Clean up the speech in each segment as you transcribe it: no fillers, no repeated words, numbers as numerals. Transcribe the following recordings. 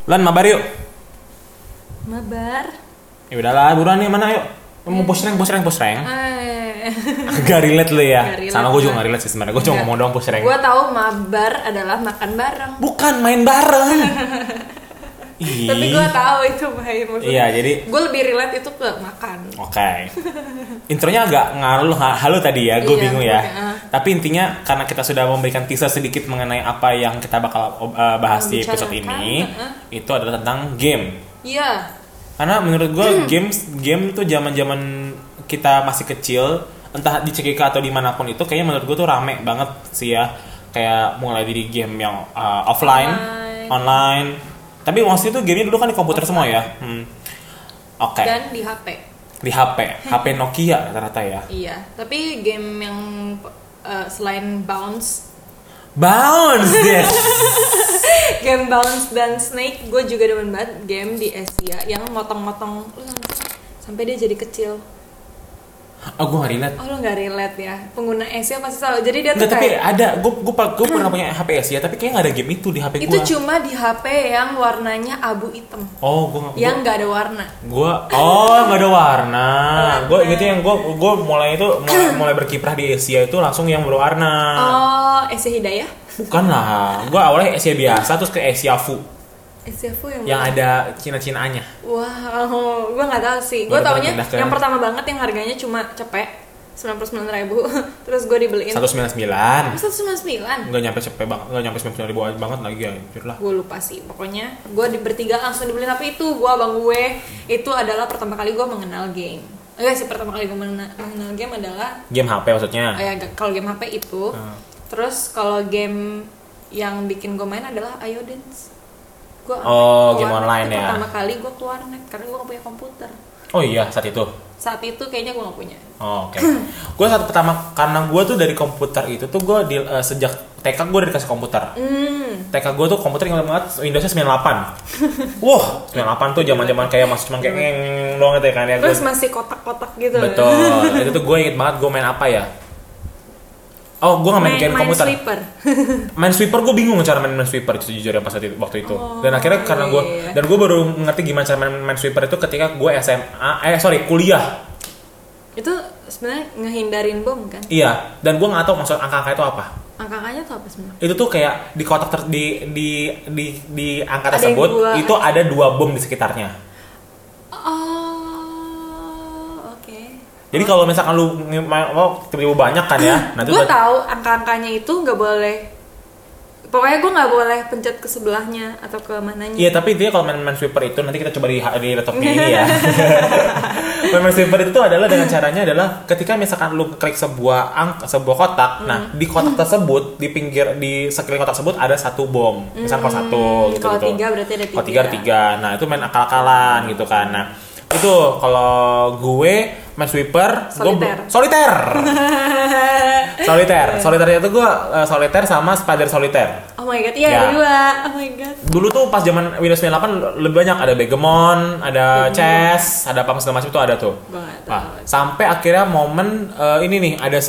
Lan mabar yuk. Mabar. Ya udahlah, buruan nih mana yuk. Mau push rank. Gak relate lu ya. Sama gue juga gak relate sih sebenarnya. Gue cuma ngomong doang push rank. Gue tahu mabar adalah makan bareng. Bukan main bareng. Tapi gue tahu itu main maksudnya. Iya, jadi gue lebih relate itu ke makan. Oke. Intronya agak halu tadi ya, gue bingung ya. Tapi intinya karena kita sudah memberikan teaser sedikit mengenai apa yang kita bakal bahas di episode ini, itu adalah tentang game. Iya. Karena menurut gue game tuh zaman-zaman kita masih kecil, entah di CGK atau dimanapun itu, kayaknya menurut gue tuh rame banget sih ya. Kayak mulai dari game yang offline, online. Tapi maksudnya tuh gamenya dulu kan di komputer semua ya. Oke. Dan di HP. Di HP Nokia rata-rata ya. Iya. Tapi game yang selain Bounce yes. Game Bounce dan Snake, gue juga demen banget game di Asia yang motong-motong sampai dia jadi kecil. Oh, gue gak relate. Oh, lo gak relate ya? Pengguna Asia pasti tahu. Jadi dia tuh nggak, tapi ada. Gue pernah punya HP Asia, tapi kayaknya gak ada game itu di HP gue. Itu cuma di HP yang warnanya abu hitam. Oh, gue yang gak ada warna. Gak ada warna. Gue ingetnya yang gue mulai berkiprah di Asia itu langsung yang berwarna. Oh, Asia Hidayah? Bukan lah. Gue awalnya Asia biasa, terus ke Asia Fu. Asia Fu yang ada Cina-Cinaannya. Wow, gue nggak tahu sih. Gue taunya yang pertama banget yang harganya cuma cepet 99.000. Terus gue dibeliin 199. 199. Nggak nyampe cepet banget, nggak nyampe 99.000 banget lagi ya, jujur lah. Gue lupa sih. Pokoknya gue bertiga langsung dibeliin. Tapi itu gue abang gue itu adalah pertama kali gue mengenal game. Enggak sih, pertama kali gue mengenal game adalah game HP maksudnya. Ya, kalau game HP itu. Terus kalau game yang bikin gue main adalah Ayo Dance. Game online ya. Pertama kali gue keluar net karena gue gak punya komputer. Oh iya, saat itu Kayaknya gue gak punya. Oke. Gue saat pertama, karena gue tuh dari komputer itu tuh gue sejak TK gue udah dikasih komputer. TK gue tuh komputer yang banget Windowsnya 98. Wah, 98 tuh zaman kayak masih cuma kayak doang gitu ya kan ya. Terus masih kotak-kotak gitu. Betul. Itu tuh gue inget banget gue main apa ya. Oh, gue gak main game komputer. Main sweeper gue bingung cara main sweeper itu jujur ya pas waktu itu. Dan akhirnya karena gue baru ngerti gimana cara main sweeper itu ketika gue kuliah. Itu sebenarnya ngehindarin bom kan? Iya, dan gue nggak tahu maksud angka-angka itu apa. Angka-angkanya itu apa sebenarnya? Itu tuh kayak di kotak di angka tersebut itu ada 2 bom di sekitarnya. Jadi kalau misalkan lu tiba-tiba banyak kan ya, nanti gue tahu angka-angkanya itu nggak boleh. Pokoknya gue nggak boleh pencet ke sebelahnya atau ke mananya. Iya, tapi intinya kalau main sweeper itu nanti kita coba di laptopnya ini ya. Main sweeper itu adalah dengan caranya adalah ketika misalkan lu klik sebuah kotak, nah di kotak tersebut di sekeliling kotak tersebut ada 1 bom. Misalkan kalau 1 gitu. Kalau 3 berarti ada 3. Kalau 3 ada 3. Nah, itu main akal-akalan gitu kan. Nah, itu kalau gue main sweeper soliter itu gue soliter sama spider soliter. Oh my god, iya ada 2. Oh my god. Dulu tuh pas zaman Windows 98 lebih banyak, ada Begemon, ada Chess, ada apa segala macam itu ada tuh. Nah, sampai akhirnya momen ini nih ada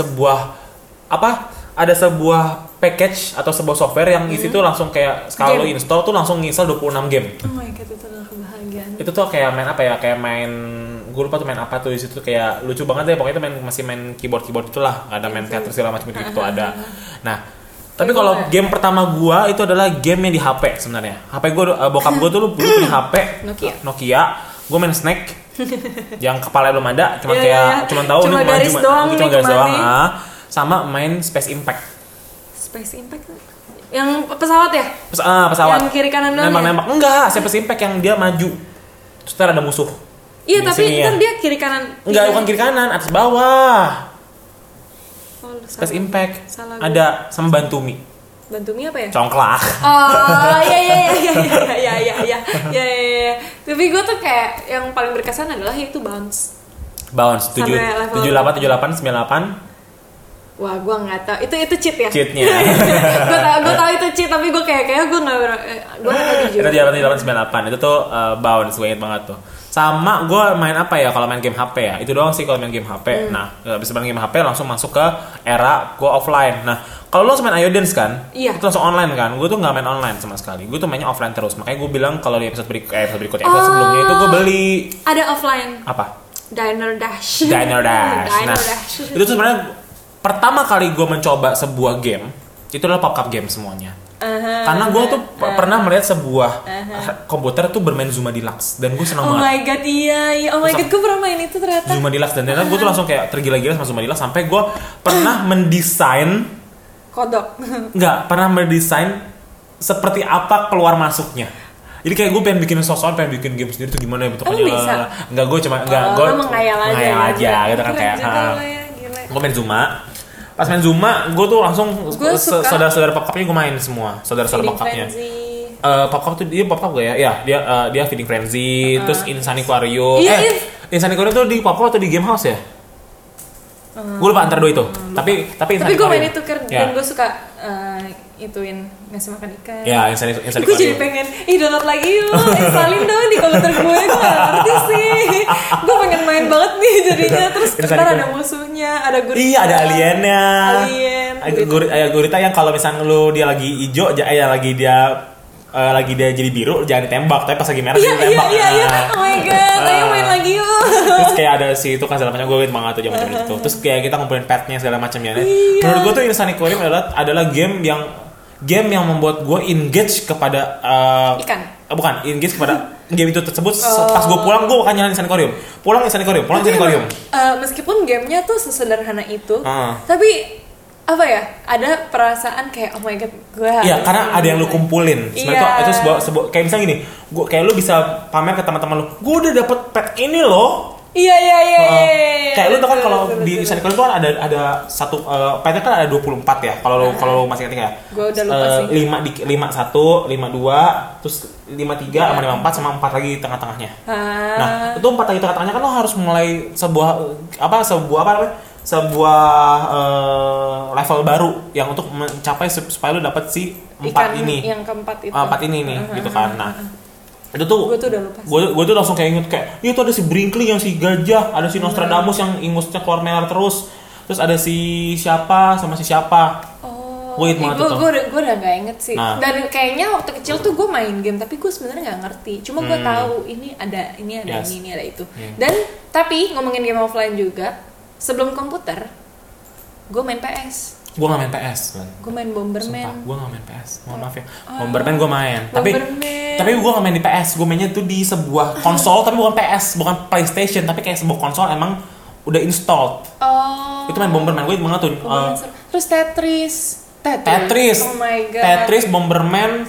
sebuah package atau sebuah software yang isi tuh langsung kayak kalau install tuh langsung nginstal 26 game. Oh my god, itu adalah kebahagiaan. Itu tuh kayak main apa ya? Kayak main, gue lupa tuh main apa tuh di situ, kayak lucu banget deh pokoknya itu masih main keyboard itulah, nggak ada main Tetris segala macam itu ada. Nah, tapi kalau game pertama gue itu adalah game yang di HP sebenarnya. HP gue bokap gue tuh dulu punya HP Nokia. Gue main Snake yang kepala belum ada, cuma cuma tahu cuma garis doang. Sama main Space Impact yang pesawat ya? Pesawat. Yang kiri kanan doang. Nembak. Enggak, Space Impact yang dia maju. Terus ada musuh. Iya, tapi kan dia kiri kanan. Enggak, bukan kiri kanan, atas bawah. Space Impact. Ada sama Bantumi. Bantumi apa ya? Congklak. Oh, iya. Tapi gue tuh kayak yang paling berkesan adalah itu Bounce 78, 98. Wah, gue nggak tahu. Itu cheat ya? Cheatnya. gue tahu itu cheat, tapi gue kayak gue nggak tahu jujur. Itu 98 itu tuh Bounce, gue inget banget tuh. Sama gue main apa ya kalau main game HP ya, itu doang sih kalau main game HP. Nah habis main game HP langsung masuk ke era gue offline. Nah kalau lo main Ayo Dance kan, Iya. itu langsung online kan. Gue tuh nggak main online sama sekali, gue tuh mainnya offline terus. Makanya gue bilang kalau di episode berikutnya, episode sebelumnya itu gue beli Ada offline. apa? Diner Dash. Diner Dash. Diner Nah Dash. itu tuh sebenarnya pertama kali gue mencoba sebuah game itu adalah pop-up game semuanya. Karena gue tuh pernah melihat sebuah komputer tuh bermain Zuma Deluxe dan gue senang Oh banget. my god, iya. Oh my god, gue pernah main itu ternyata. Zuma Deluxe dan ternyata gue tuh langsung kayak tergila-gila sama Zuma Deluxe sampai gue pernah mendesain mendesain seperti apa keluar masuknya. Jadi kayak gue pengen bikin sosokan, pengen bikin game sendiri tuh gimana ya bentuknya. Emang bisa? Enggak, gue cuma gue menghayal aja gitu kan kayak. Gue main Zuma. Pas main Zuma, gue tuh langsung saudara-saudara pop-upnya gue main semua. Saudara-saudara pop-upnya. Pop-up tuh dia pop-up gak ya? Ya, dia Feeding Frenzy, terus Insane Aquarium. Insane Aquarium tuh di pop-up atau di game house ya? Gue lupa antara dua itu. Tapi gue main itu dan ya. gue suka ituin ngasih makan ikan. Ya, Insane Gue jadi pengen download lagi yuk, instalin dong di komputer gue nggak ngerti sih. Gue pengen main banget nih jadinya. Terus ntar ada musuhnya, ada gurita. Iya, ada aliennya. Alien. Gurita yang kalau misalnya lu dia lagi hijau, lagi dia jadi biru jangan ditembak, tapi pas lagi merah ditembak. Iya. Oh my god, ayo main lagi yuk. Terus kayak ada si itu kan segala macam, gue gitu banget tuh zaman itu. Terus kayak kita ngumpulin petnya segala macamnya. Menurut gue tuh Insane Aquarium adalah game yang membuat gue engage kepada ikan. Bukan, engage kepada game itu tersebut. Pas gue pulang gue akan nyalain Insane Aquarium. Pulang Insane Aquarium. Meskipun gamenya tuh sesederhana itu, tapi apa ya, ada perasaan kayak oh my god gue iya karena ada yang lu kumpulin sebenarnya itu sebuah kayak misalnya gini, kayak lu bisa pamer ke teman-teman lu, gue udah dapet pet ini loh. Iya. Kayak lu tau kan kalau di Insane Aquarium tuh kan ada satu petnya kan ada 24 ya kalau lu masih ingat ya. Gue udah lupa sih. 51, 52, terus 53 sama 54 sama 4 lagi tengah-tengahnya. Nah, itu 4 lagi tengah-tengahnya kan lo harus mulai sebuah level baru yang untuk mencapai supaya lu dapat si 4 ini. Yang keempat itu. 4 ini nih gitu kan. Nah, itu tuh gue tuh udah lupa. Gue tuh langsung kayak inget kayak, itu ada si Brinkley yang si gajah, ada si Nostradamus yang ingusnya keluar merah terus ada si siapa sama si siapa. Gue udah gak inget sih. Nah. Dan kayaknya waktu kecil tuh gue main game tapi gue sebenarnya nggak ngerti. Cuma gue tahu ini ada ini ada itu. Dan tapi ngomongin game offline juga, sebelum komputer gue main PS. Gue gak main PS kan. Gue main Bomberman. Gue gak main PS. Mohon maaf ya. Bomberman gue main. Tapi gue gak main di PS. Gue mainnya tuh di sebuah konsol tapi bukan PS, bukan PlayStation, tapi kayak sebuah konsol emang udah installed. Itu main Bomberman. Gue banget tuh. Terus Tetris. Oh my god. Tetris, Bomberman.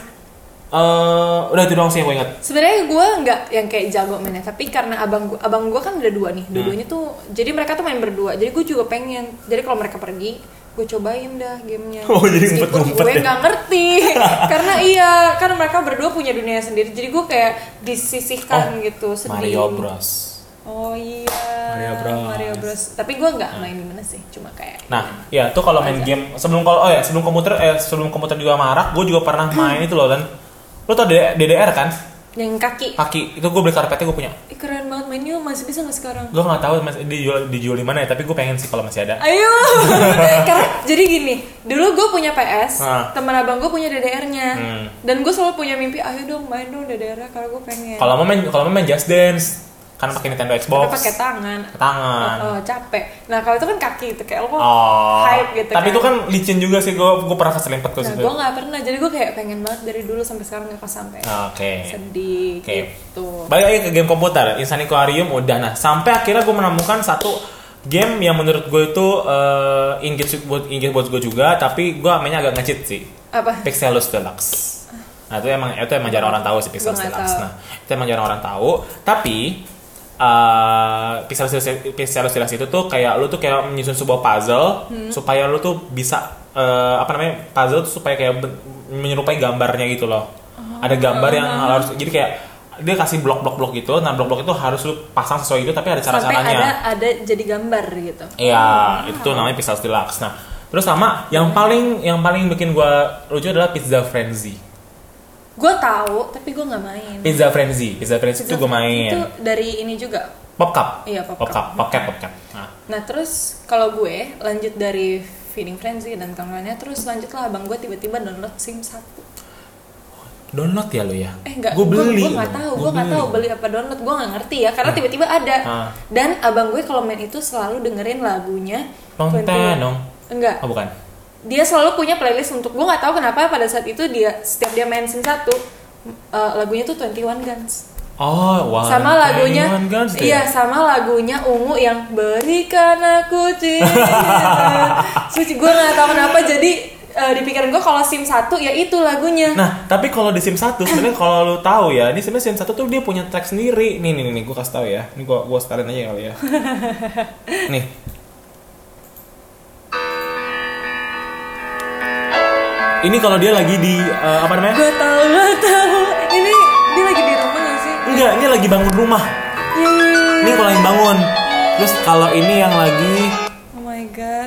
Udah itu doang sih yang gue ingat. Sebenarnya gue nggak yang kayak jago mainnya, tapi karena abang gue kan ada dua nih, dua-duanya tuh, jadi mereka tuh main berdua, jadi gue juga pengen. Jadi kalau mereka pergi, gue cobain dah gamenya. Jadi meskipun gue nggak ngerti, karena kan mereka berdua punya dunia sendiri, jadi gue kayak disisihkan gitu, sedih. Mario Bros. Oh iya. Mario Bros. Tapi gue nggak main di mana sih, cuma kayak. Nah, ya tuh kalau main game sebelum komputer juga marak, gue juga pernah main itu loh dan lo tau DDR kan? Yang kaki itu gue beli karpetnya, gue punya. Keren banget, mainnya masih bisa nggak sekarang? Gue nggak tahu dijual di mana ya, tapi gue pengen sih kalau masih ada. Ayo. Karena jadi gini, dulu gue punya PS, teman abang gue punya DDR-nya, dan gue selalu punya mimpi, ayo dong main dong DDR-nya karena gue pengen. Kalau mau main Just Dance kan pakai Nintendo Xbox. Tapi pakai tangan. Capek. Nah kalau itu kan kaki itu kayak lo hype gitu. Tapi kan. itu kan licin juga sih, gue pernah keselimpet ke situ. Gue nggak pernah, jadi gue kayak pengen banget dari dulu sampai sekarang nggak sampai. Sedih. Gitu. Balik lagi ke game komputer, Insane Aquarium udah. Nah sampai akhirnya gue menemukan satu game yang menurut gue itu engage buat gue juga, tapi gue mainnya agak nge-cheat sih. Apa? Pixelus Deluxe. Nah itu emang jarang orang tahu sih Pixelus Deluxe. Nah itu emang jarang orang tahu, tapi Pixelus Deluxe itu tuh kayak lu tuh kayak menyusun sebuah puzzle supaya lu tuh bisa puzzle tuh supaya kayak menyerupai gambarnya gitu loh. Ada gambar yang harus, jadi kayak dia kasih blok-blok gitu. Nah blok-blok itu harus lu pasang sesuai gitu, tapi ada cara-caranya. Sampai ada jadi gambar gitu. Iya, itu namanya Pixelus Deluxe. Nah terus sama yang paling bikin gua lucu adalah Pizza Frenzy. Gue tahu tapi gue nggak main. Pizza Frenzy itu gue main. Itu dari ini juga. PopCap. Iya, PopCap. Nah terus kalau gue lanjut dari Feeding Frenzy dan kawan-kawannya, terus lanjutlah abang gue tiba-tiba download Sims 1. Download ya lo ya? Enggak, gue nggak tahu beli apa download, gue nggak ngerti ya karena tiba-tiba ada. Dan abang gue kalau main itu selalu dengerin lagunya. Enggak. Oh bukan. Dia selalu punya playlist untuk, gue nggak tahu kenapa pada saat itu setiap dia main Sims 1 lagunya tuh 21 Guns. Oh, wow. Sama lagunya, iya sama lagunya Ungu yang Berikan Aku Cinta. Suci, gue nggak tahu kenapa jadi di pikiran gue kalau Sims 1 ya itu lagunya. Nah, tapi kalau di Sims 1 sebenarnya kalau lu tahu ya, ini sebenarnya Sims 1 tuh dia punya track sendiri. Nih gue kasih tahu ya. Ini gue setelin aja kali ya. Nih. Ini kalau dia lagi di apa namanya? Gue tahu. Ini dia lagi di rumah nggak sih? Enggak, ini lagi bangun rumah. Ini kalau yang bangun. Terus kalau ini yang lagi. Oh my god.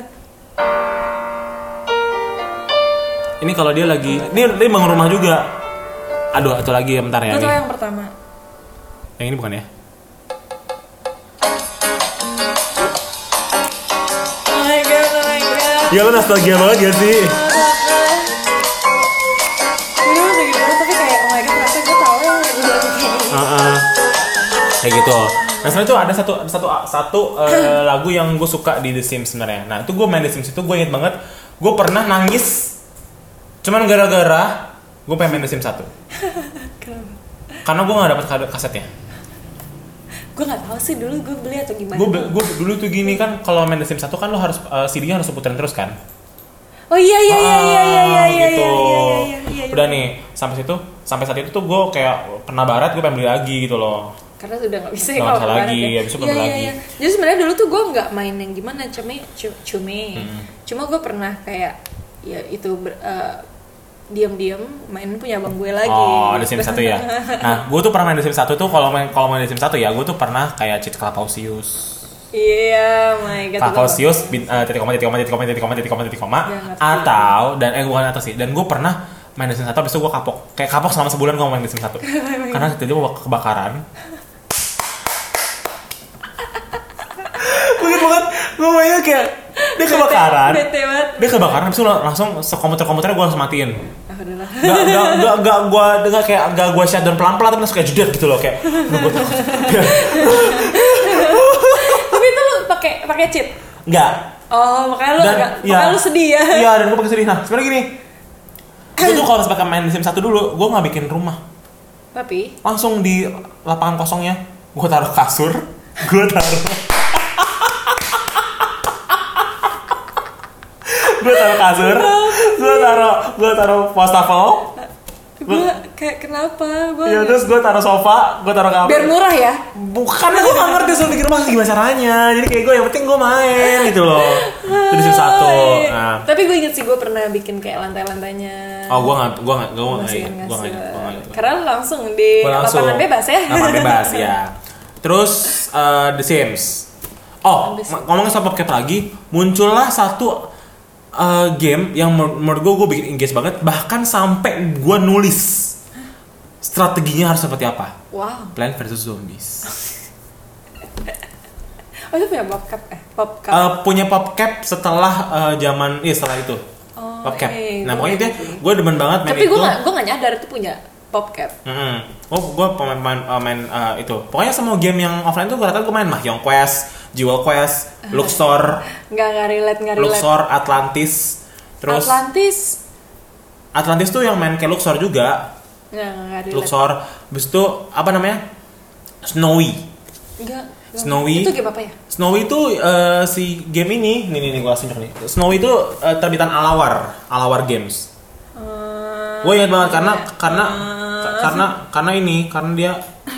Ini kalau dia lagi, ini bangun rumah juga. Aduh, atau lagi bentar ya. Gue tahu yang pertama. Yang ini bukan ya? Oh my god. Ya lo nostalgia banget gak sih? Kayak gitu. Nah sebenarnya tuh ada satu lagu yang gue suka di The Sims sebenarnya. Nah itu gue main The Sims itu gue inget banget, gue pernah nangis cuman gara-gara gue pengen main The Sims 1. Kenapa? Karena gue nggak dapet kasetnya. Gue nggak tahu sih dulu gue beli atau gimana. Gue dulu tuh gini kan, kalau main The Sims 1 kan lo harus CD-nya harus puterin terus kan. Oh iya gitu. Udah nih sampai saat itu tuh gue kayak pernah barat, gue pengen beli lagi gitu loh. Karena sudah nggak bisa ya kalau lagi, ya bisa beli lagi. Jadi sebenarnya dulu tuh gue nggak main yang gimana, cuma gue pernah kayak ya itu diam-diam main punya abang gue lagi. Oh, The Sims 1 ya. Nah, gue tuh pernah main The Sims 1 tuh kalau main The Sims 1 ya, gue tuh pernah kayak cheat Clapausius. Iya, my god. Clapausius titik koma atau dan bukan atau sih. Dan gue pernah main The Sims 1 habis itu gue kapok selama sebulan gue main The Sims 1. Karena tiba-tiba kebakaran. Begitu banget, gue mainnya kayak dia kebakaran. Dia kebakaran, habis itu langsung komputernya gue langsung matiin. Gak gue shutdown pelan-pelan tapi langsung kayak jeder gitu loh kayak. Tapi itu lu pakai cheat? Enggak. Oh, makanya lu sedih ya? Iya, dan gue pakai sedih. Nah, sebenarnya gini. Gue tuh kalau pakai main The Sims 1 dulu, gue nggak bikin rumah. Tapi langsung di lapangan kosongnya, gue taruh kasur, gue taruh kasur, gue taruh wastafel. Gue kayak kenapa? Ya terus gue taruh sofa, gue taruh kamar. Biar murah ya? Bukan, gue nggak ngerti soal bikin rumah gimana caranya. Jadi kayak gue yang penting gue main gitu loh. Itu di Sims 1. Nah. Tapi gue inget sih gue pernah bikin kayak lantai-lantainya. Oh, gue nggak. Karena langsung di lapangan bebas ya. Lapangan bebas ya. Terus The Sims. Oh, ngomongin soal PopCap lagi, muncullah satu game yang menurut gue bikin engage banget, bahkan sampai gue nulis strateginya harus seperti apa. Wow. Plants vs Zombies. Oh itu punya PopCap punya PopCap setelah setelah itu. PopCap. Nah pokoknya itu gue demen banget main tapi itu. Tapi gue nggak nyadar itu punya PopCap. Oh gue main itu. Pokoknya semua game yang offline tuh rata-rata gue main. Mahjong Quest, Jewel Quest, Luxor. Nggak relate. Luxor, Atlantis. Terus Atlantis tuh yang main kayak Luxor juga. Nggak relate. Luxor. Habis itu apa namanya? Snowy. Enggak. Snowy. Itu game apa ya? Snowy itu si game ini. Nih gue langsung nih. Snowy itu terbitan Alawar Games. Gue ingat banget karena dia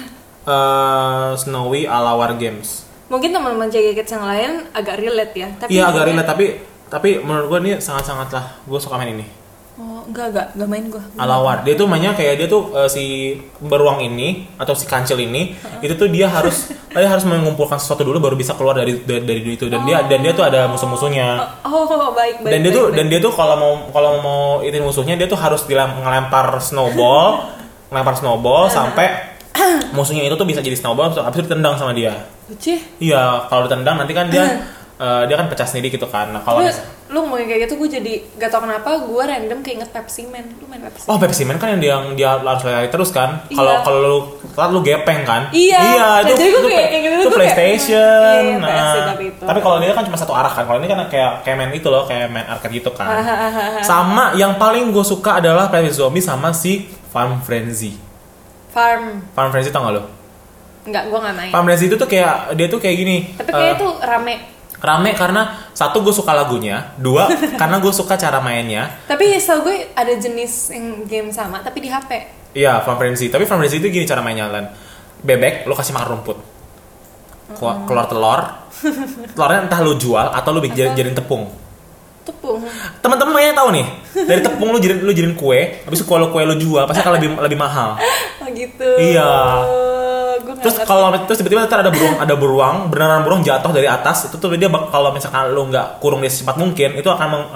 Snowy Alawar Games. Mungkin teman-teman JG Kids yang lain agak relate ya. Iya agak relate tapi menurut gue ini sangat lah gue suka main ini. Oh enggak main gue. Alawar dia tuh mainnya kayak dia tuh si beruang ini atau si kancil ini itu tuh dia harus mengumpulkan sesuatu dulu baru bisa keluar dari itu dan dia tuh ada musuh-musuhnya. Baik. Dan dia tuh kalau mau itu musuhnya dia tuh harus ngelempar snowball ngelempar snowball sampai musuhnya itu tuh bisa jadi snowball, habis itu ditendang sama dia. Iya, kalau ditendang nanti kan dia dia kan pecah sendiri gitu kan. Nah, kalau lu ngomongin kayak gitu, gue jadi gak tau kenapa gue random keinget Pepsi Man. Lu main Pepsi Man? Oh, Pepsi Man kan yang dia harus lari terus kan. Kalau lu gepeng kan. Iya. Itu PlayStation. Tapi kalau dia kan cuma satu arah kan. Kalau ini kan kayak main itu loh, kayak main arcade gitu kan. Sama yang paling gue suka adalah Plants vs Zombies sama si Farm Frenzy. Farm Frenzy tau gak lo? Enggak, gue gak main. Farm Frenzy itu tuh kayak dia tuh kayak gini. Tapi kayak itu rame karena satu gue suka lagunya, dua karena gue suka cara mainnya. Tapi setahu gue ada jenis yang game sama tapi di HP. Iya, Farm Frenzy. Tapi Farm Frenzy itu gini cara mainnya, Lan. Bebek lo kasih makan rumput, keluar telurnya entah lo jual atau lo jadiin tepung. Teman-teman mainnya tahu nih, dari tepung lo jadiin kue, habis itu kalau kue lo jual pasti akan lebih mahal. Oh gitu. Iya. Terus kalau tiba-tiba ada beruang beneran jatuh dari atas, itu tuh dia kalau misalkan lu nggak kurung dia secepat mungkin, itu akan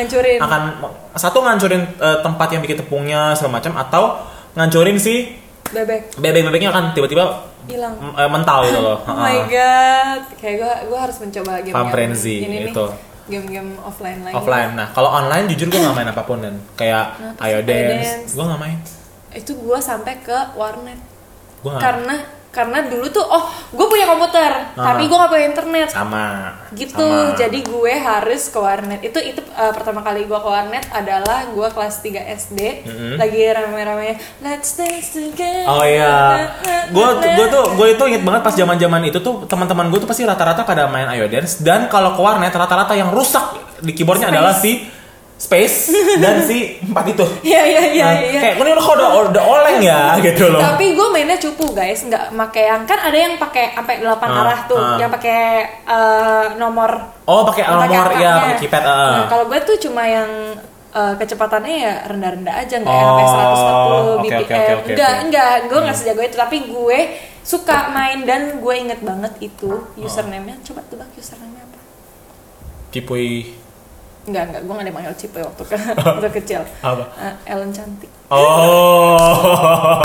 ngancurin tempat yang bikin tepungnya segala macam, atau ngancurin si bebeknya akan tiba-tiba hilang, mental gitu loh. Oh my god, kayak gue harus mencoba game Farm Frenzy itu game offline lagi. Nah kalau online jujur gue nggak main apapun, dan kayak Ayo Dance gue nggak main. Itu gue sampai ke warnet. Karena dulu tuh gue punya komputer tapi gue gak punya internet sama. Jadi gue harus ke warnet. Itu pertama kali gue ke warnet adalah gue kelas 3 SD. Lagi rame-ramenya Let's Dance Together. Oh iya, gue itu inget banget pas zaman itu tuh teman-teman gue tuh pasti rata-rata pada main Ayo Dance, dan kalau ke warnet rata-rata yang rusak di keyboardnya adalah si Space dan si 4 itu. Iya. Kayak ini udah oleng ya gitu loh. Tapi gue mainnya cupu guys, nggak pakai yang kan ada yang pakai sampai 8 arah tuh, yang pakai nomor. Oh, pakai nomor ya, pakai keypad. Nah, kalau gue tuh cuma yang kecepatannya ya rendah-rendah aja, nggak sampai 140 BPM. Enggak, gue nggak sejago itu, tapi gue suka main dan gue inget banget itu username-nya. Coba tebak username-nya apa? Cipuy. Enggak, gue gak ada manggil Cipuy waktu kecil. Apa? Ellen Cantik. Oh,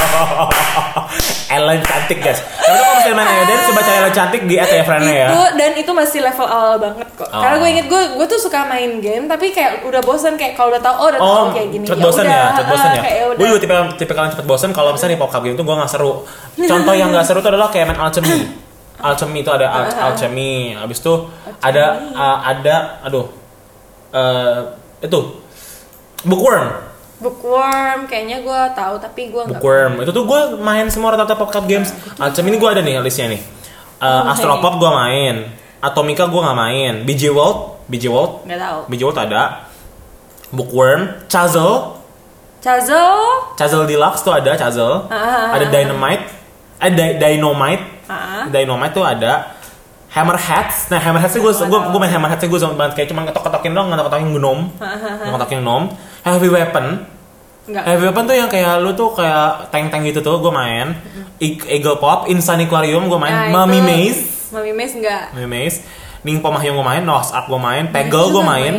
Ellen Cantik guys. Tapi kalau misalnya main Ayo Dance, coba cari Ellen Cantik di @friendnya ya. Dan itu masih level awal banget kok. Karena gue inget gue tuh suka main game, tapi kayak udah bosan, kayak kalau udah tahu kayak gini. Cepet bosan ya. Gue juga tipe kalian cepet bosan kalau misalnya di pop-up game tuh gue nggak seru. Contoh yang nggak seru tuh adalah kayak main Alchemy itu ada Alchemy. Abis itu ada itu Bookworm kayaknya gue tahu, tapi gue nggak. Bookworm itu tuh gue main semua rata-rata pop-up games. Alchemy ini gue ada nih listnya nih. Astropop gue main, Atomica gue nggak main, BJ World nggak tahu. BJ World ada, Bookworm, Chazel Deluxe tuh ada, Chazel. Ada Dynamite tuh ada. Hammerheads. Nah, Hammerheads gue main Hammerheads gue sama banget, kayak cuma ngetok-ketokin gnome. Heavy Weapon. Enggak. Heavy Weapon tuh yang kayak lu tuh kayak tank gitu tuh gue main. Eagle Pop, Insane Aquarium gue main. Mummy Maze enggak. Mummy Maze. Ningpo Mahyong gue main, Noah's Ark gue main, Peggle gue main.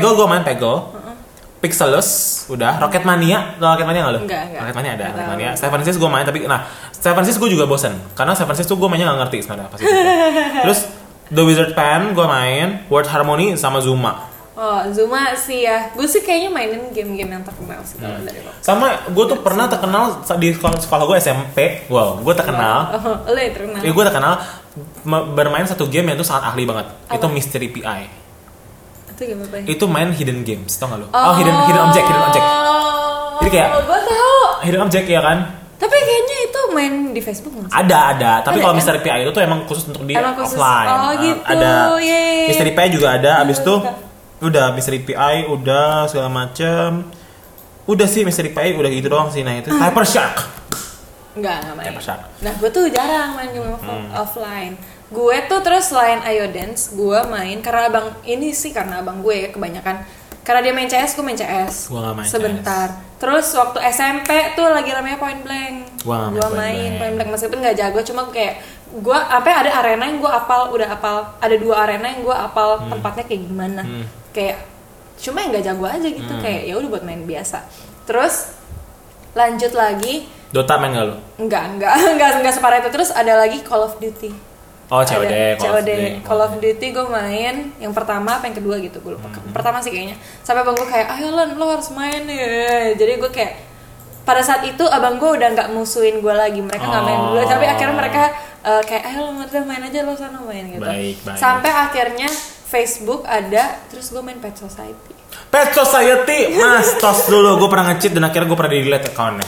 Pixelus udah, Rocket Mania nggak lu? Enggak. Rocket Mania ada, Rocket Mania. Seven Seas gue main, tapi Seven Seas gue juga bosan karena Seven Seas tuh gue mainnya nggak ngerti sebenarnya pasti. Terus The Wizard Pen gue main, Word Harmony sama Zuma. Oh, Zuma sih ya. Gue sih kayaknya mainin game-game yang terkenal sih kalau dari lo. Sama gue tuh pernah terkenal di sekolah gue SMP. Wow, gue terkenal. Lo yang terkenal. Gue terkenal bermain satu game yang tuh sangat ahli banget. Apa? Itu Mystery PI. Itu game apa ya? Itu main hidden games, tau gak lo? Hidden object. Jadi kayak gue tahu. Hidden object ya kan? Tapi kayaknya itu main di Facebook nggak sih? Ada. Tapi kalau Mystery PI itu tuh emang khusus untuk di offline. Oh gitu. Ada Mystery PI juga ada. Abis itu udah Mystery PI udah segala macem. Udah sih Mystery PI udah gitu doang sih. Nah itu Hyper Shark. Enggak main. Hyper Shark. Nah gue tuh jarang main game offline. Gue tuh terus selain Ayo Dance, gue main karena abang gue ya kebanyakan. Karena dia main CS, gue main CS. Gue gak main sebentar. CS. Terus waktu SMP tuh lagi ramenya Point Blank. Gue main Point Blank meskipun gak jago, cuma kayak gue ada arena yang gue udah apal. Ada 2 arena yang gue apal tempatnya kayak gimana. Kayak cuma yang gak jago aja gitu, kayak ya udah buat main biasa. Terus lanjut lagi Dota main gak lu? Enggak separah itu. Terus ada lagi Call of Duty. Oh, COD. Call of Duty gue main yang pertama apa yang kedua gitu, gue lupa. Pertama sih kayaknya. Sampai abang gue kayak, ayo Lan, lo harus main ya. Jadi gue kayak, pada saat itu abang gue udah nggak musuhin gue lagi, mereka nggak main dulu. Tapi akhirnya mereka kayak, ayo lo main aja, lo sana main gitu. Baik. Sampai akhirnya Facebook ada, terus gue main Pet Society. Pet Society, mas, tos dulu. Gue pernah nge-cheat dan akhirnya gue pernah di-delete account-nya.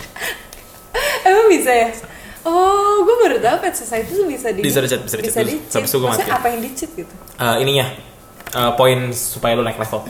Emang bisa ya? Oh, gue baru tahu Pet Society tuh bisa di-cheat. Maksudnya apa yang di-cheat gitu? Ininya, poin supaya lu naik level.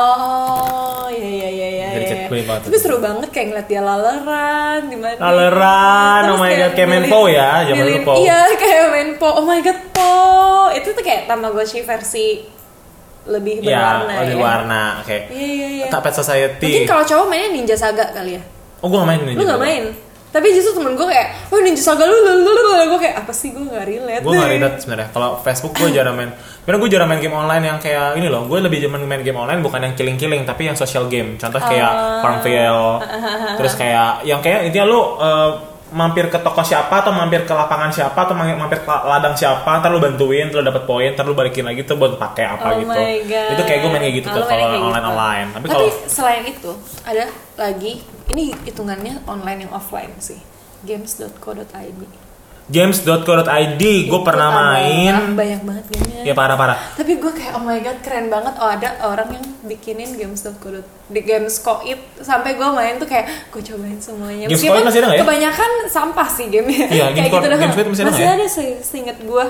Oh, iya. Tapi seru banget kayak ngeliat dia laleran di mana. Laleran, oh my god, kayak main Po ya, zaman dulu Po. Iya, kayak main Po. Oh my god, Po. Itu tuh kayak Tamagotchi versi lebih berwarna ya. Lebih warna, oke. Iya. Pet Society. Mungkin kalau cowok mainnya Ninja Saga kali ya. Oh, gue gak main Ninja. Lu gak main? Tapi justru temen gue kayak, oh Ninja Saga lu, gue kayak apa sih, gue gak relate. Gue gak relate sebenarnya. Kalau Facebook gue jarang main. Karena gue jarang main game online yang kayak ini loh. Gue lebih jarang main game online bukan yang killing tapi yang social game. Contoh kayak Farmville. Terus kayak yang kayak intinya lu mampir ke toko siapa atau mampir ke lapangan siapa atau mampir ke ladang siapa, ntar lu bantuin, terus dapat poin, ntar lu balikin lagi tuh buat pakai apa gitu. Itu kayak gue main kayak gitu tuh kalau online. Tapi selain itu ada lagi, ini hitungannya online yang offline sih. Games.co.id. Games.co.id gue pernah main. Banyak banget gamenya. Ya parah. Tapi gue kayak oh my god keren banget. Oh ada orang yang bikinin Games.co.id di Games.co.id sampai gue main tuh kayak gue cobain semuanya. Meskipun masih ada gak ya? Kebanyakan sampah sih gamenya. Iya, kayak gitu doang. Masih ada seinget gue.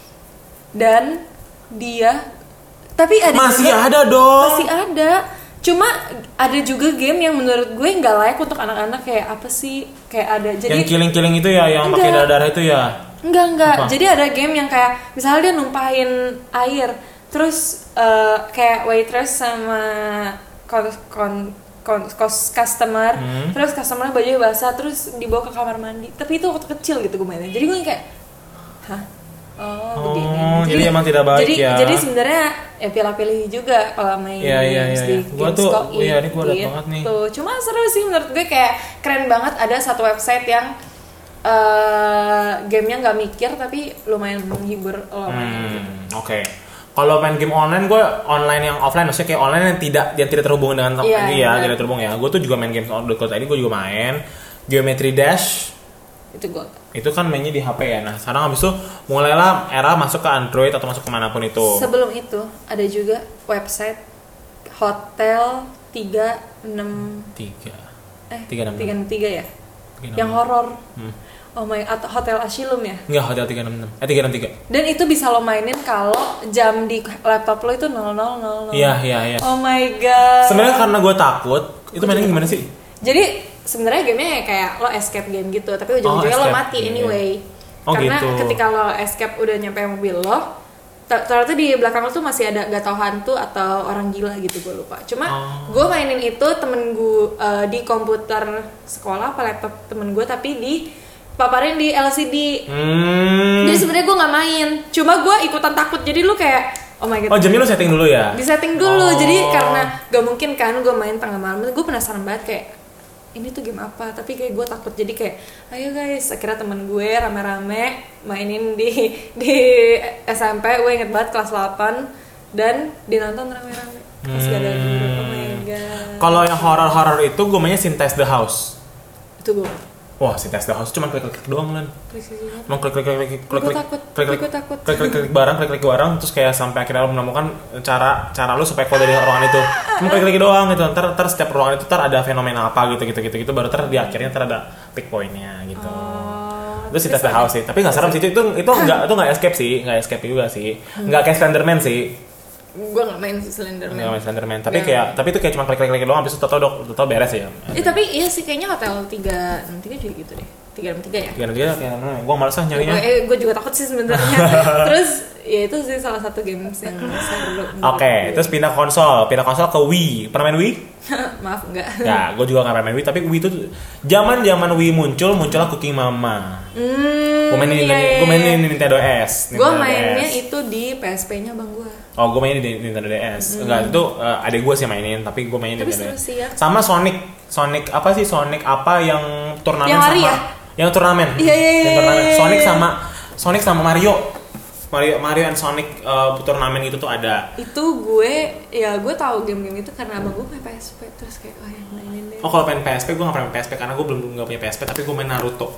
Dan dia tapi ada masih juga, ada dong. Masih ada. Cuma ada juga game yang menurut gue nggak layak untuk anak-anak, kayak apa sih, kayak ada jadi yang killing itu ya, yang pakai darah itu ya. Enggak. Apa? Jadi ada game yang kayak misalnya dia numpahin air, terus kayak waitress sama customer, terus customer bajunya basah, terus dibawa ke kamar mandi. Tapi itu waktu kecil gitu gue mainnya. Jadi gue kayak, hah? Oh, begini. Jadi emang tidak baik ya. Jadi sebenarnya ya pilih-pilih juga kalau main games di Games.co.id. Iya, ini gue udah banget nih. Cuma seru sih menurut gue, kayak keren banget. Ada satu website yang gamenya nggak mikir tapi lumayan menghibur lo main. Oke. Kalau main game online, gue online yang offline, maksudnya kayak online yang tidak terhubung dengan tidak terhubung ya. Gue tuh juga main games.co.id, gue juga main Geometry Dash. Itu kan mainnya di HP ya. Nah sekarang habis itu mulailah era masuk ke Android atau masuk kemanapun itu. Sebelum itu ada juga website Hotel 363 ya, 363. Yang horor. Oh my, atau Hotel Asylum ya? Enggak, Hotel 363. Dan itu bisa lo mainin kalau jam di laptop lo itu 0000. Iya. Oh my god. Sebenarnya karena gue takut, itu mainnya gimana sih? Jadi sebenarnya gamenya kayak lo escape game gitu, tapi ujung-ujungnya lo mati anyway. Karena gitu. Ketika lo escape udah nyampe mobil lo, ternyata di belakang lo tuh masih ada gak tau hantu atau orang gila gitu, gue lupa. Cuma gue mainin itu temen gue di komputer sekolah apa laptop temen gue, tapi dipaparin di LCD. Jadi sebenarnya gue nggak main, cuma gue ikutan takut. Jadi lo kayak oh my god. Oh jamnya lo setting dulu ya? Di setting dulu. Jadi karena gak mungkin kan gue main tengah malam, gue penasaran banget kayak ini tuh game apa, tapi kayak gue takut. Jadi kayak ayo guys, akhirnya temen gue rame-rame mainin di SMP. Gue inget banget kelas 8 dan dinonton rame-rame pas gak ada guru. Oh my god. Kalau yang horror itu gue mainnya Sintes the House. Itu gue. Wah, Sintes the House cuma klik doang Lan. Emang klik barang terus kayak sampai akhirnya lo menemukan cara lu supaya keluar dari ruangan itu. Cuma klik doang gitu. Ntar setiap ruangan itu ada fenomena apa gitu baru di akhirnya ada pick point-nya gitu. Itu Sintes the House sih. Tapi enggak serem sih itu enggak escape sih, enggak escape juga sih. Enggak kayak Slenderman sih. Gue nggak main Slenderman. Tapi itu kayak cuma klik doang, habis itu total beres ya. Tapi iya sih kayaknya Hotel 363 juga gitu deh. 363 ya. 363 kayak gue malas nyarinya. Gue juga takut sih sebenarnya. Terus ya itu sih salah satu games yang seru. Oke, terus pindah konsol ke Wii. Pernah main Wii? Maaf enggak. Ya, gue juga nggak pernah main Wii, tapi Wii itu zaman Wii muncullah Cooking Mama. Gue mainin Nintendo DS. Gue mainnya itu di PSP-nya bang gue. Oh, gue mainin di Nintendo DS. Enggak, itu adek gue sih mainin, tapi gue mainin di Nintendo DS. Ya. Sama Sonic apa sih? Sonic apa yang turnamen yang hari sama? Ya? Yang turnamen. Iya. Sonic sama Mario and Sonic turnamen itu tuh ada. Itu gue tahu game-game itu karena abang gue main PSP terus kayak yang mainin deh. Oh, kalau main PSP gue nggak pernah main PSP karena gue belum nggak punya PSP, tapi gue main Naruto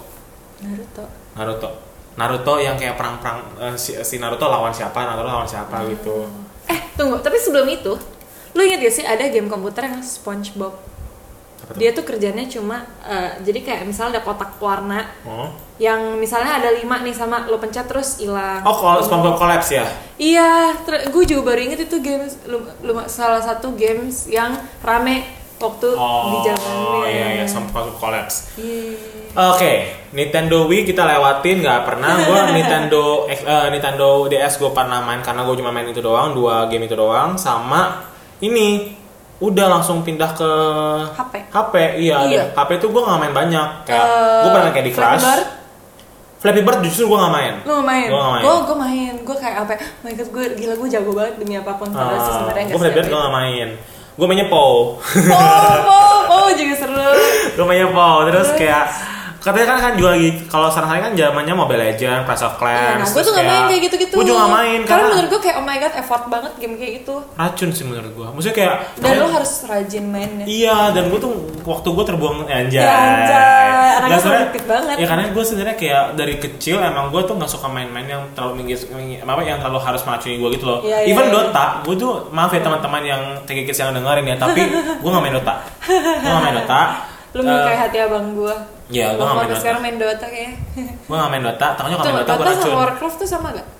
yang kayak perang si Naruto lawan siapa gitu. Tunggu, tapi sebelum itu lu inget gak sih ada game komputer yang SpongeBob? Dia tuh kerjanya cuma jadi kayak misalnya ada kotak warna yang misalnya ada 5 nih sama lo pencet terus hilang. Oh, kalau SpongeBob Collapse ya? Iya, gue juga baru inget itu games salah satu games yang rame waktu di zamannya. Oh iya, SpongeBob Collapse. Oke, Nintendo Wii kita lewatin, nggak pernah. Gue Nintendo DS gue pernah main karena gue cuma main itu doang, 2 game itu doang. Sama ini udah langsung pindah ke HP. Iya. HP itu gue nggak main banyak. Kayak gue pernah main Candy Crush. Flappy Bird justru gue nggak main. Lu nggak main? Gue main. Gue kayak apa? My God, gue jago banget demi apapun. Padahal sih sebenarnya nggak. Gue Flappy Bird gue nggak main. Gue mainnya POW. POW juga seru. Gue mainnya POW terus kayak katanya kan juga lagi kalau sekarang kan zamannya Mobile Legends, Clash of Clans. Gue tuh nggak main kayak gitu-gitu. Gue juga nggak main karena menurut gue kayak oh my god effort banget game kayak gitu. Racun sih menurut gue. Maksudnya kayak dan lo harus rajin mainnya. Iya, dan gue tuh waktu gue terbuang anjay. Anaknya produktif banget. Ya karena gue sebenarnya kayak dari kecil emang gue tuh nggak suka main-main yang terlalu yang terlalu harus meracuni gue gitu loh. Even Dota, gue tuh maaf ya teman-teman yang TG Kids yang dengerin ya, tapi gue nggak main Dota. Lu mau kayak hati abang gue. Iya, gue gak main Dota. Sekarang main Dota kayaknya. Gue gak main Dota, takutnya kalau main Dota gue racun. Dota sama Warcraft tuh sama gak?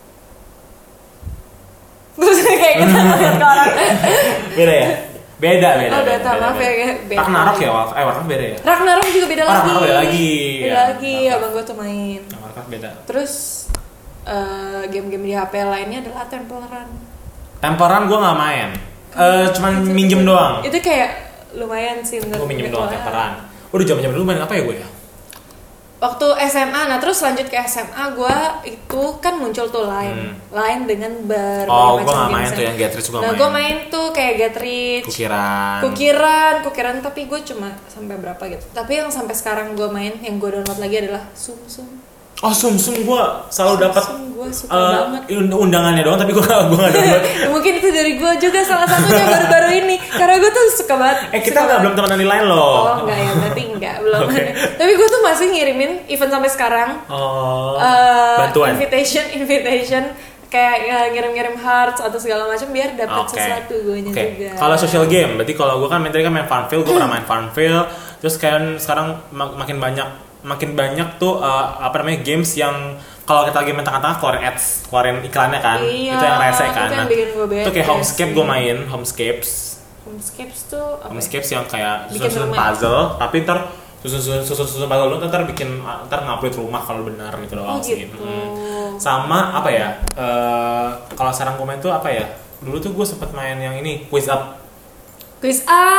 Terus kayak kita ngeliat ke orang. Beda ya? Beda. Oh Dota, maaf ya kayak beda. Ragnarok ya? Warcraft beda ya? Ragnarok juga beda lagi. Ragnarok beda lagi. Abang gue tuh main. Warcraft beda. Terus game-game di HP lainnya adalah Temple Run. Temple Run gue gak main. Cuman minjem doang. Itu kayak lumayan sih menurut gue. Gue minjem doang Temple Run. Udah zaman dulu main apa ya gue ya? Waktu SMA, nah terus lanjut ke SMA gue itu kan muncul tuh Line dengan berbagai macam game. Oh, gue gak main tuh yang Get Rich gue main. Nah gue main tuh kayak Get Rich, Kukiran, tapi gue cuma sampai berapa gitu. Tapi yang sampai sekarang gue main, yang gue download lagi adalah Sum Sum. Oh Sum gue selalu dapat undangannya doang, tapi gue gak download. Mungkin itu dari gue juga salah satunya baru-baru ini, karena gue tuh suka banget. Kita belum temenan di Line loh. Oh enggak ya, berarti enggak belum. Okay. Tapi gue tuh masih ngirimin event sampai sekarang. Bantuan. Invitation kayak ngirim-ngirim hearts atau segala macam biar dapat sesuatu gue juga. Kalau social game, berarti kalau gue kan main Farmville, gue pernah main Farmville. Terus kan sekarang makin banyak tuh games yang kalau kita lagi main tengah-tengah keluarin iklannya kan. Iya, itu yang rese kan. Nah, itu kayak Homescape gue main Homescapes tuh Homescapes yang kayak susun puzzle, tapi ntar susun puzzle lu ntar ngupload rumah kalau benar gitu loh. Gitu. Sama apa ya? Kalau sekarang gue main tuh apa ya? Dulu tuh gue sempet main yang ini Quiz Up. Gue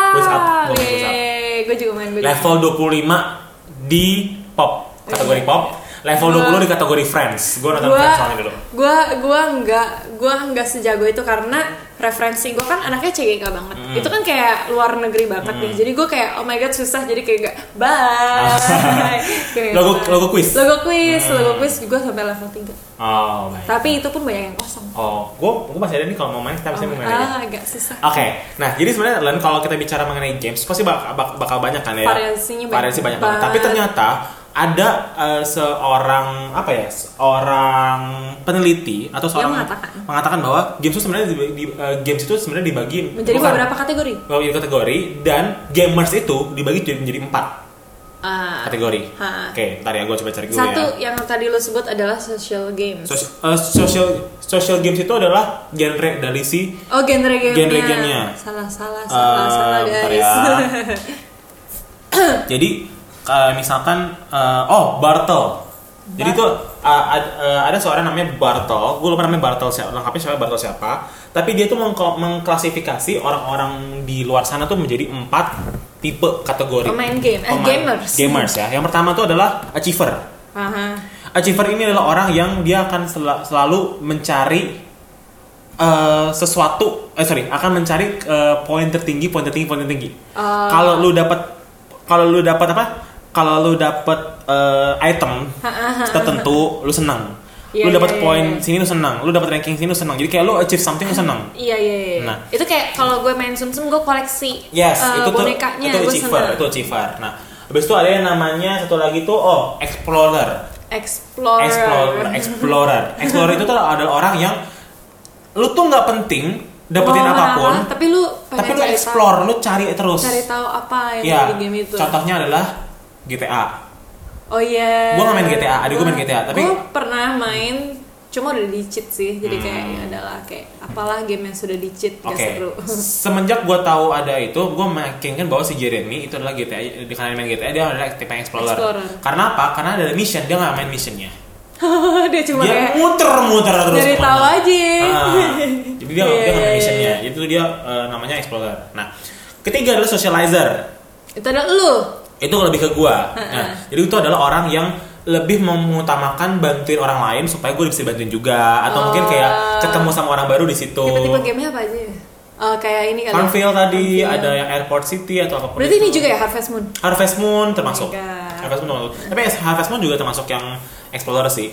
juga main level 25 di pop, kategori pop. Level 20 di kategori Friends. Gue nonton Friends soalnya dulu. Gue enggak sejago itu karena referensi gue kan anaknya CGK banget. Itu kan kayak luar negeri banget nih. Jadi gue kayak oh my god susah, jadi kayak gak bye. Logo quiz gue sampai level 3. Oh, baik. Tapi itu pun banyak yang kosong. Oh, gue masih ada nih kalau mau main, kita masih main aja. Agak susah. Oke. Nah, jadi sebenarnya Len, kalau kita bicara mengenai games pasti bakal banyak kan ya. Variasi banyak banget. Tapi ternyata ada seorang peneliti atau seorang mengatakan bahwa games itu sebenarnya dibagi menjadi beberapa kategori. Dan gamers itu dibagi menjadi 4 kategori. Oke, ntar ya gue coba cari dulu ya. Satu yang tadi lo sebut adalah social games. Social games itu adalah genre dari si genre gamenya. Salah guys. Ya. Jadi misalkan Jadi tuh ada seorang namanya Bartol, gue lupa namanya Bartol siapa, lengkapnya siapa Bartol siapa. Tapi dia tuh mengklasifikasi orang-orang di luar sana tuh menjadi 4 tipe kategori. Pemain game, gamers ya. Yang pertama tuh adalah achiever. Achiever ini adalah orang yang dia akan selalu mencari akan mencari poin tertinggi. Kalau lu dapat item tertentu, lu senang. Lu dapat poin sini lu senang, lu dapat ranking sini lu senang. Jadi kayak lu achieve something lu senang. Iya. Nah, itu kayak kalau gue main Sumsum gue koleksi bonekanya, itu achiever. Nah, habis itu ada yang namanya satu lagi tuh explorer. Explorer itu tuh adalah orang yang lu tuh nggak penting dapetin apapun, tapi lu explore, lu cari terus. Cari tahu apa yang di game itu. Contohnya adalah GTA. Oh iya. Gue gak main GTA, adik gue main GTA, tapi gue pernah main, cuma udah di-cheat sih. Jadi kayak adalah kayak apalah game yang sudah di-cheat, gak seru. Semenjak gue tahu ada itu, gue meyakinkan bahwa si Jeremy itu adalah GTA. Karena main GTA dia adalah tipe explorer. Karena apa? Karena ada mission, dia gak main missionnya. Dia cuma kayak muter terus. Dari tahu aja. Jadi dia gak main missionnya. Itu dia namanya explorer. Nah, ketiga adalah socializer. Itu adalah lu. Itu lebih ke gua. Nah, jadi itu adalah orang yang lebih mengutamakan bantuin orang lain supaya gue bisa bantuin juga, atau mungkin kayak ketemu sama orang baru di situ. Tipe-tipe gamenya apa aja? Kayak ini kan. Farmville tadi, ada yang Airport City atau apa. Berarti ini juga ya Harvest Moon. Harvest Moon termasuk. Harvest Moon termasuk. Tapi Harvest Moon juga termasuk yang explorer sih.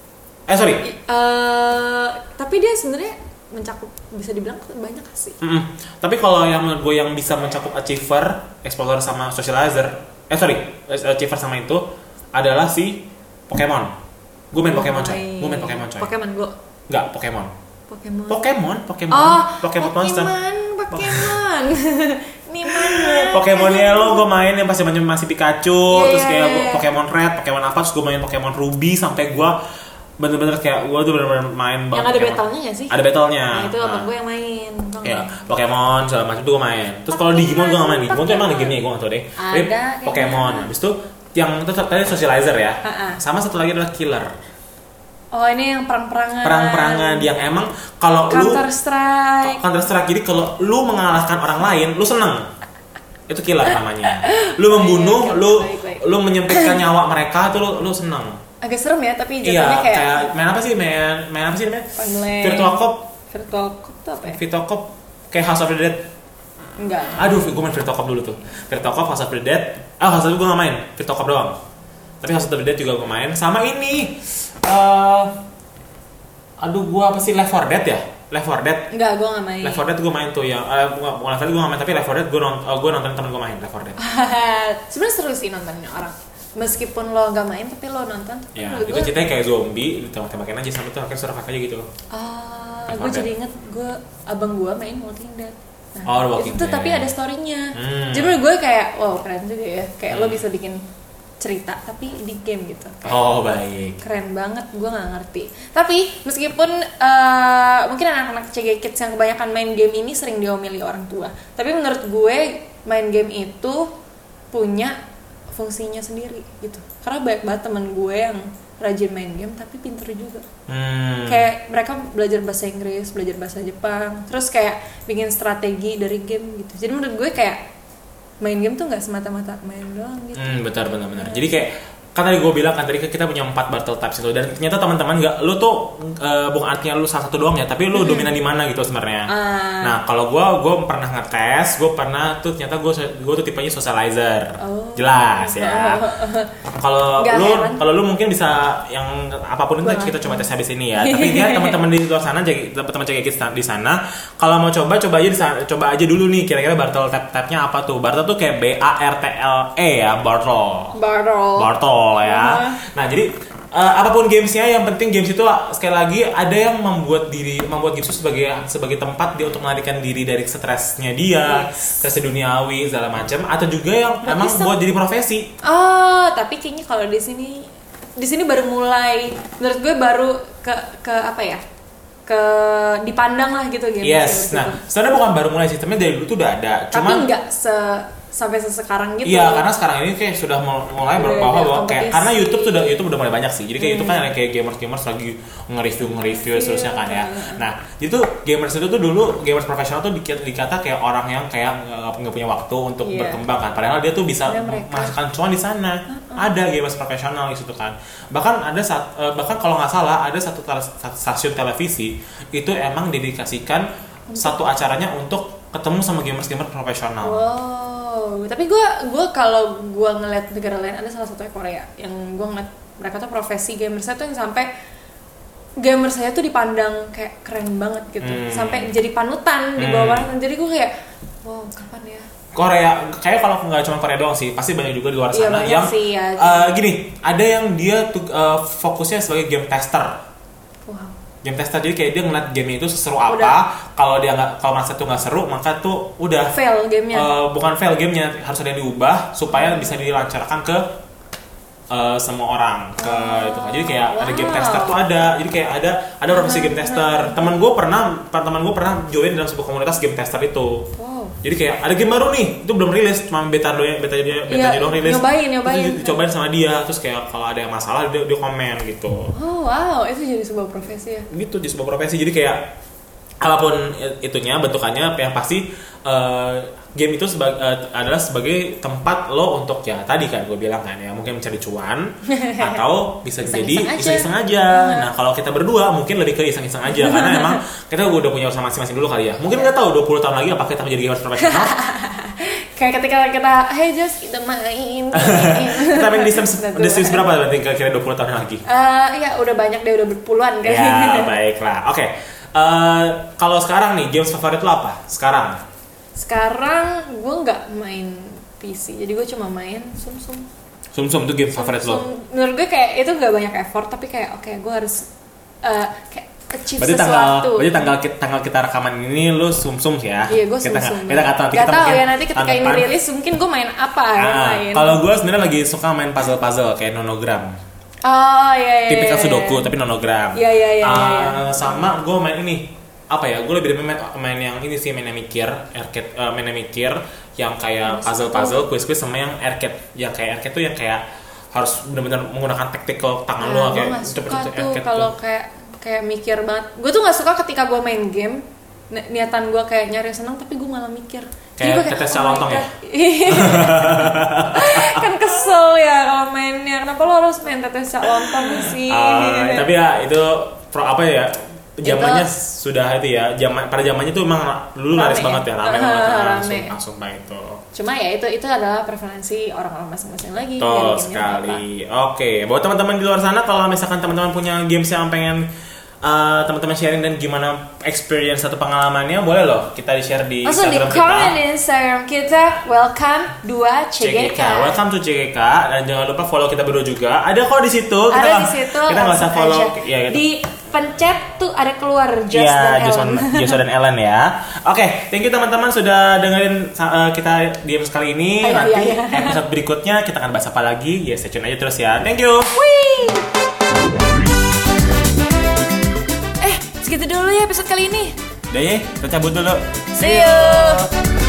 Tapi dia sebenarnya mencakup, bisa dibilang banyak sih. Tapi kalau yang menurut gue yang bisa mencakup achiever, explorer sama socializer, achiever sama itu adalah si Pokemon. Gue main Pokemon coy. Pokemon Go. Enggak, Pokemon. Oh, Monster. Pokemon. Ini mana? Pokemon Yellow gue main yang masih Pikachu, terus kayak Pokemon Red, Pokemon apa, terus gue main Pokemon Ruby sampai gue bener-bener kayak gue tuh bener-bener main banget. Yang ada battle-nya gak sih? Ada battle-nya. Nah, itu abang gue yang main. Ya, Pokemon segala macam tuh gue main. Terus kalau Digimon gue gak main. Digimon tuh emang ada game-nya, gue gak tau deh. Tapi Pokemon. Habis itu yang itu tadi socializer ya. Sama satu lagi adalah killer. Oh, ini yang perang-perangan. Perang-perangan yang emang kalau lu Counter Strike. Jadi kalau lu mengalahkan orang lain, lu seneng. Itu killer namanya. Lu membunuh, lu menyempitkan nyawa mereka tuh lu seneng. Agak serem ya, tapi jatuhnya kayak main apa sih namanya? Virtual Cop tuh apa ya? Virtual Cop kayak House of the Dead. Enggak. Aduh, gue main Virtual Cop dulu tuh. Virtual Cop, House of the Dead. House of the Dead gue gak main, Virtual Cop doang. Tapi House of the Dead juga gue main. Sama ini gue apa sih, Left 4 Dead ya? Left 4 Dead. Enggak, gue gak main. Left 4 Dead gue main tuh yang bukan Left 4 Dead gue gak main, tapi Left 4 Dead gue nonton temen gue main Left 4 Dead. Sebenarnya seru sih nontonin orang. Meskipun lo gak main tapi lo nonton. Ya, itu ceritanya kayak zombie, ditembak-tembakin aja sampai tuh akhirnya survive aja gitu. Gue jadi inget abang gue main Walking Dead. Nah, Walking itu Dead. Tapi ada story-nya. Jadi menurut gue kayak wow, keren juga ya. Kayak lo bisa bikin cerita tapi di game gitu. Kayak, baik. Keren banget, gue gak ngerti. Tapi meskipun mungkin anak-anak CG Kids yang kebanyakan main game ini sering diomeli orang tua, tapi menurut gue main game itu punya fungsinya sendiri gitu. Karena banyak banget temen gue yang rajin main game tapi pinter juga. Kayak mereka belajar bahasa Inggris, belajar bahasa Jepang, terus kayak bikin strategi dari game gitu. Jadi menurut gue kayak main game tuh nggak semata-mata main doang gitu. Benar. Jadi kayak kan tadi gue bilang kan tadi kita punya 4 battle types itu, dan ternyata teman-teman nggak, lu tuh bukan artinya lu salah satu doang ya, tapi lu dominan di mana gitu sebenarnya. Nah kalau gue pernah ngetes, gue pernah tuh ternyata gue tuh tipenya socializer. Jelas ya. Kalau lu mungkin bisa yang apapun itu kita coba tes habis ini ya. Tapi dia teman-teman di luar sana, teman-teman CGK di sana, kalau mau coba aja dulu nih kira-kira battle type-nya apa tuh. Battle tuh kayak BARTLE ya, Bartol ya. Nah jadi apapun gamesnya, yang penting games itu sekali lagi ada yang membuat games itu sebagai tempat dia untuk melarikan diri dari stresnya dia, stres duniawi segala macam, atau juga yang emang buat jadi profesi. Tapi kayaknya kalau di sini baru mulai, menurut gue baru ke apa ya? Dipandang lah gitu games. Yes. Nah, sebenarnya bukan baru mulai, sistemnya dari dulu tuh udah ada. Tapi nggak sampai sekarang gitu. Iya, karena sekarang ini kayak sudah mulai berubah bahwa kayak karena YouTube udah mulai banyak sih. Jadi kayak YouTube kan kayak gamers lagi nge-review seterusnya kan ya. Nah, itu gamers itu tuh dulu gamers profesional tuh dikata kayak orang yang kayak nggak punya waktu untuk berkembang kan. Padahal dia tuh bisa menghasilkan cuan di sana. Ada gamers profesional di situ kan. Bahkan bahkan kalau nggak salah ada satu stasiun televisi itu emang dedikasikan satu acaranya untuk ketemu sama gamers profesional. Wow, tapi gue kalau gue ngeliat negara lain ada salah satunya Korea yang gue ngeliat mereka tuh profesi gamersnya tuh yang sampai gamers saya tuh dipandang kayak keren banget gitu, sampai jadi panutan di bawah panutan. Jadi gue kayak wow, kapan ya? Korea, kayak kalau nggak cuma Korea doang sih, pasti banyak juga di luar sana yang sih, gini, ada yang dia tuh fokusnya sebagai game tester. Game tester, jadi kayak dia ngeliat game itu seseru apa. Kalau merasa tuh nggak seru, maka tuh udah fail gamenya. Bukan fail gamenya, harus ada yang diubah supaya bisa dilancarkan ke semua orang ke itu kan. Jadi kayak ada game tester tuh ada. Jadi kayak ada profesi game tester. Teman gue pernah join dalam sebuah komunitas game tester itu. Jadi kayak ada game baru nih, itu belum rilis, cuma beta doang rilis. Nyobain. Dicobain sama dia, terus kayak kalau ada yang masalah dia komen gitu. Oh wow, itu jadi sebuah profesi ya. Gitu, jadi sebuah profesi. Jadi kayak apapun itunya, bentukannya, yang pasti game itu adalah sebagai tempat lo untuk ya tadi kan gue bilang kan ya, mungkin mencari cuan atau bisa jadi iseng-iseng aja. Nah kalau kita berdua mungkin lebih ke iseng-iseng aja karena emang kita udah punya usaha masing-masing dulu kali ya. Mungkin nggak tahu 20 tahun lagi apa kita menjadi gamers profesional. Kayak ketika kita hey just kita main. Kita main di Sims berapa berarti kira-kira 20 tahun lagi? Ya udah banyak deh, udah berpuluhan kan. Ya baiklah. Oke. Kalau sekarang nih games favorit lo apa? Sekarang gue nggak main PC, jadi gue cuma main Sum itu game favorit lo? Menurut gue kayak itu nggak banyak effort, tapi kayak oke, gue harus kayak achieve berarti sesuatu. Berarti tanggal kita rekaman ini lo Sum ya? Iya, gue Sum. Kita nggak tahu ya nanti ketika ini rilis mungkin gue main apa main. Kalau gue sebenarnya lagi suka main puzzle kayak Nonogram. Oh iya. Tipikal Sudoku tapi Nonogram. Iya. Sama gue main ini. Apa ya, gue lebih main yang ini sih, mainnya mikir yang kayak puzzle quiz sama yang arcade. Yang kayak arcade tuh yang kayak harus benar-benar menggunakan tactical tangan lo kayak cepet kalau kayak mikir banget. Gue tuh nggak suka ketika gue main game niatan gue kayak nyari senang tapi gue malah mikir kayak tetes lontong ya. Kan kesel ya kalau mainnya, kenapa lo harus main tetes lontong sih. Tapi ya itu zamannya sudah itu ya, pada zamannya tuh emang dulu laris banget ya, rame banget langsung main itu. Cuma ya itu adalah preferensi orang-orang masing-masing lagi. Betul sekali. Oke, buat teman-teman di luar sana, kalau misalkan teman-teman punya games yang pengen teman-teman sharing dan gimana experience atau pengalamannya, boleh loh kita di-share di Instagram kita. Langsung di comment di Instagram kita, welcome 2CGK. Welcome to CGK, dan jangan lupa follow kita berdua juga. Ada kok di situ. Ada di situ. Kita nggak usah follow. Ya, gitu. Di pencet tuh ada keluar Joshua dan Ellen ya. Oke, thank you teman-teman sudah dengerin kita di episode kali ini. Nanti episode berikutnya kita akan bahas apa lagi? Ya, stay tune aja terus ya. Thank you. Segitu dulu ya episode kali ini. Udah ya, kita cabut dulu. See you.